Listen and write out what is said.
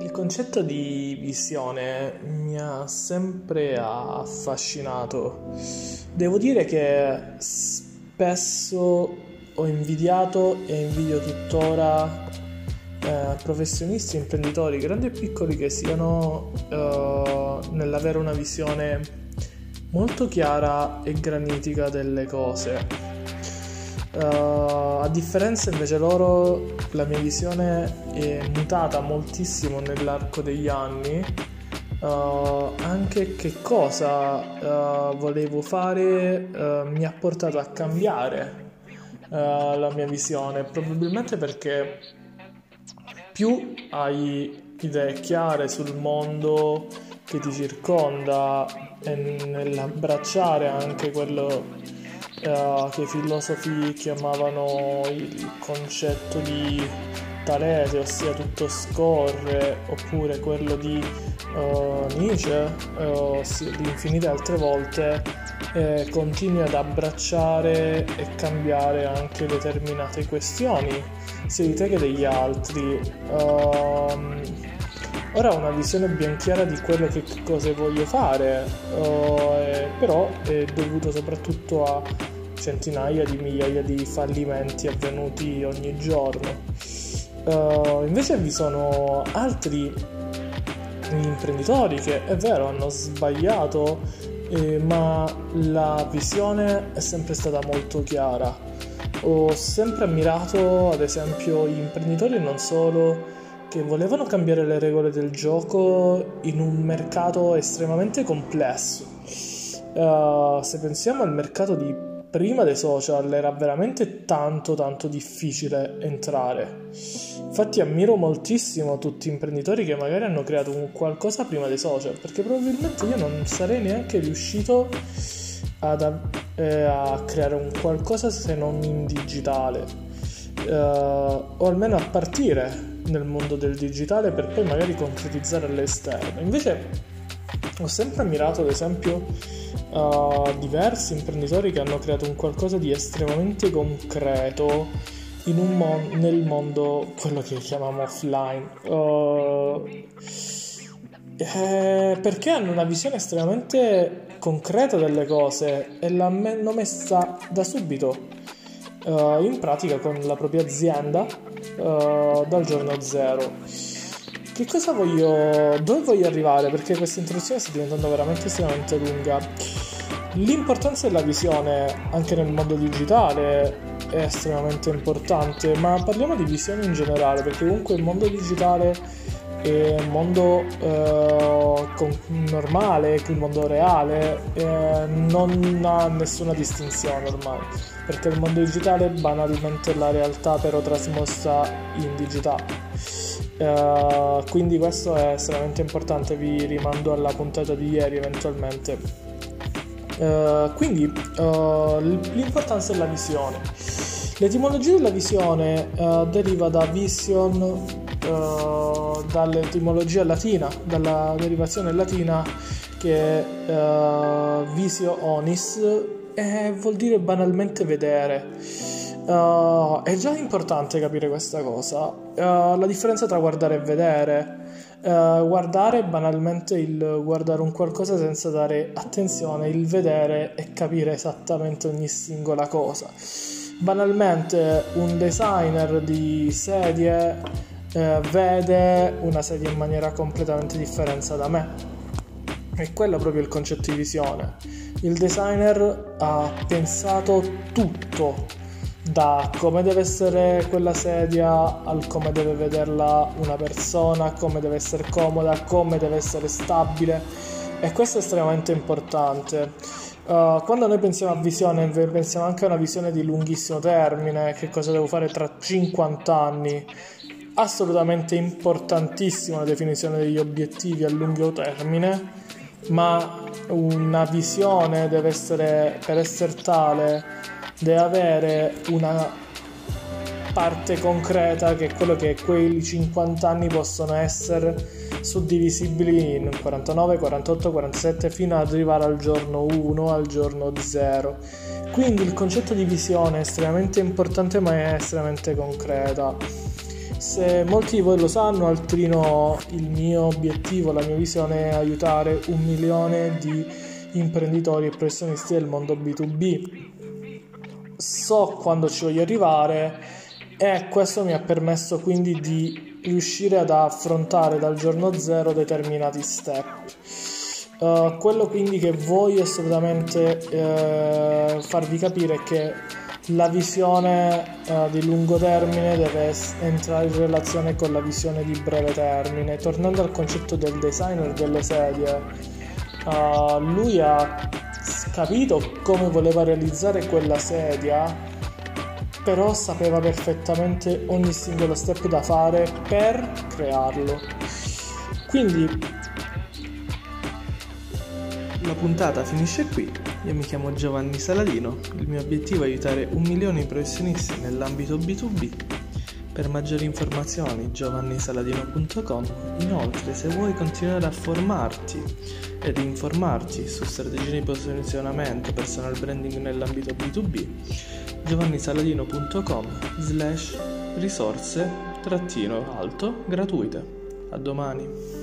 Il concetto di visione mi ha sempre affascinato. Devo dire che spesso ho invidiato e invidio tuttora professionisti, imprenditori, grandi e piccoli che siano, nell'avere una visione molto chiara e granitica delle cose. A differenza invece loro, la mia visione è mutata moltissimo nell'arco degli anni. Anche che cosa volevo fare mi ha portato a cambiare la mia visione, probabilmente perché più hai idee chiare sul mondo che ti circonda e nell'abbracciare anche quello che i filosofi chiamavano il concetto di Talete, ossia tutto scorre, oppure quello di Nietzsche, ossia di infinite altre volte, continui ad abbracciare e cambiare anche determinate questioni, sia di te che degli altri. Ora ho una visione ben chiara di quello che cose voglio fare, però è dovuto soprattutto a centinaia di migliaia di fallimenti avvenuti ogni giorno. Invece vi sono altri imprenditori che, è vero, hanno sbagliato, ma la visione è sempre stata molto chiara. Ho sempre ammirato, ad esempio, gli imprenditori non solo che volevano cambiare le regole del gioco in un mercato estremamente complesso. Se pensiamo al mercato di prima dei social, era veramente tanto difficile entrare. Infatti ammiro moltissimo tutti gli imprenditori che magari hanno creato qualcosa prima dei social, perché probabilmente io non sarei neanche riuscito a creare un qualcosa se non in digitale, o almeno a partire nel mondo del digitale per poi magari concretizzare all'esterno. Invece ho sempre ammirato, ad esempio, diversi imprenditori che hanno creato un qualcosa di estremamente concreto nel mondo, quello che chiamiamo offline, perché hanno una visione estremamente concreta delle cose e l'hanno messa da subito in pratica con la propria azienda dal giorno zero. Dove voglio arrivare? Perché questa introduzione sta diventando veramente estremamente lunga. L'importanza della visione anche nel mondo digitale è estremamente importante, ma parliamo di visione in generale, perché comunque il mondo digitale è un mondo normale, il mondo reale non ha nessuna distinzione ormai, perché il mondo digitale è banalmente la realtà però trasmossa in digitale. Quindi questo è estremamente importante, vi rimando alla puntata di ieri eventualmente. Quindi l'importanza della visione. L'etimologia della visione deriva da vision, dall'etimologia latina, dalla derivazione latina che è visio onis, e vuol dire banalmente vedere. È già importante capire questa cosa, la differenza tra guardare e vedere. Guardare è banalmente il guardare un qualcosa senza dare attenzione, il vedere è capire esattamente ogni singola cosa. Banalmente un designer di sedie vede una sedia in maniera completamente differente da me. E quello è proprio il concetto di visione. Il designer ha pensato tutto, da come deve essere quella sedia al come deve vederla una persona, come deve essere comoda, come deve essere stabile, e questo è estremamente importante. Quando noi pensiamo a visione, pensiamo anche a una visione di lunghissimo termine, che cosa devo fare tra 50 anni. Assolutamente importantissima la definizione degli obiettivi a lungo termine, ma una visione deve essere, per essere tale, deve avere una parte concreta, che è quello che quei 50 anni possono essere suddivisibili in 49, 48, 47 fino ad arrivare al giorno 1, al giorno 0. Quindi il concetto di visione è estremamente importante, ma è estremamente concreta. Se molti di voi lo sanno, altri no, il mio obiettivo, la mia visione è aiutare 1 milione di imprenditori e professionisti del mondo B2B. So quando ci voglio arrivare e questo mi ha permesso quindi di riuscire ad affrontare dal giorno zero determinati step. Quello quindi che voglio assolutamente farvi capire è che la visione di lungo termine deve entrare in relazione con la visione di breve termine. Tornando al concetto del designer delle sedie, lui ha capito come voleva realizzare quella sedia, però sapeva perfettamente ogni singolo step da fare per crearlo. Quindi la puntata finisce qui. Io mi chiamo Giovanni Saladino, il mio obiettivo è aiutare 1 milione di professionisti nell'ambito B2B. Per maggiori informazioni giovannisaladino.com. Inoltre, se vuoi continuare a formarti ed informarti su strategie di posizionamento, personal branding nell'ambito B2B, giovannisaladino.com/risorse-gratuite. A domani.